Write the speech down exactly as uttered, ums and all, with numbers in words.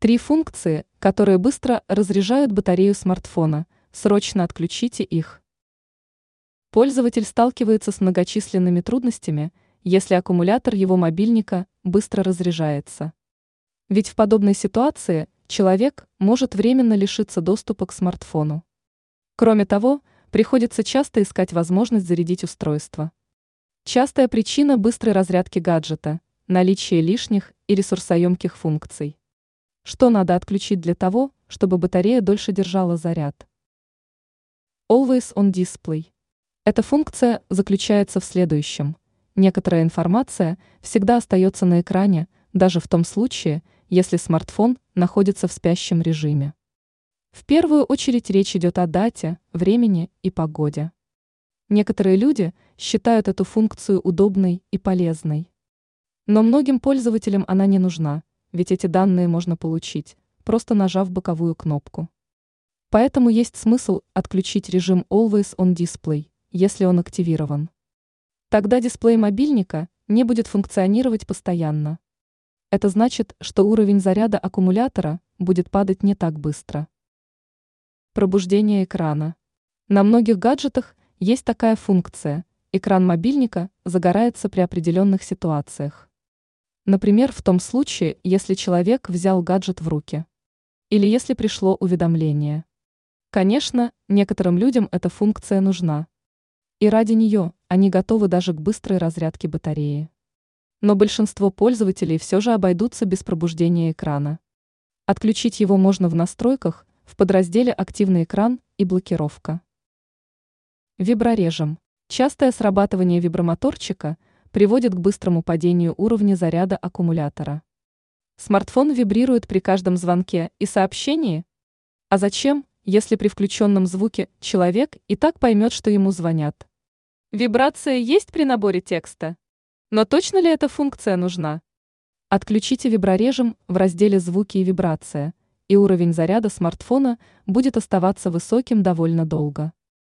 Три функции, которые быстро разряжают батарею смартфона. Срочно отключите их. Пользователь сталкивается с многочисленными трудностями, если аккумулятор его мобильника быстро разряжается. Ведь в подобной ситуации человек может временно лишиться доступа к смартфону. Кроме того, приходится часто искать возможность зарядить устройство. Частая причина быстрой разрядки гаджета – наличие лишних и ресурсоемких функций. Что надо отключить для того, чтобы батарея дольше держала заряд? Always on Display. Эта функция заключается в следующем. Некоторая информация всегда остается на экране, даже в том случае, если смартфон находится в спящем режиме. В первую очередь речь идет о дате, времени и погоде. Некоторые люди считают эту функцию удобной и полезной. Но многим пользователям она не нужна, ведь эти данные можно получить, просто нажав боковую кнопку. Поэтому есть смысл отключить режим Always on Display, если он активирован. Тогда дисплей мобильника не будет функционировать постоянно. Это значит, что уровень заряда аккумулятора будет падать не так быстро. Пробуждение экрана. На многих гаджетах есть такая функция. Экран мобильника загорается при определенных ситуациях. Например, в том случае, если человек взял гаджет в руки. Или если пришло уведомление. Конечно, некоторым людям эта функция нужна. И ради нее они готовы даже к быстрой разрядке батареи. Но большинство пользователей все же обойдутся без пробуждения экрана. Отключить его можно в настройках в подразделе «Активный экран» и «Блокировка». Виброрежим. Частое срабатывание вибромоторчика приводит к быстрому падению уровня заряда аккумулятора. Смартфон вибрирует при каждом звонке и сообщении? А зачем, если при включенном звуке человек и так поймет, что ему звонят? Вибрация есть при наборе текста? Но точно ли эта функция нужна? Отключите виброрежим в разделе «Звуки и вибрация», и уровень заряда смартфона будет оставаться высоким довольно долго.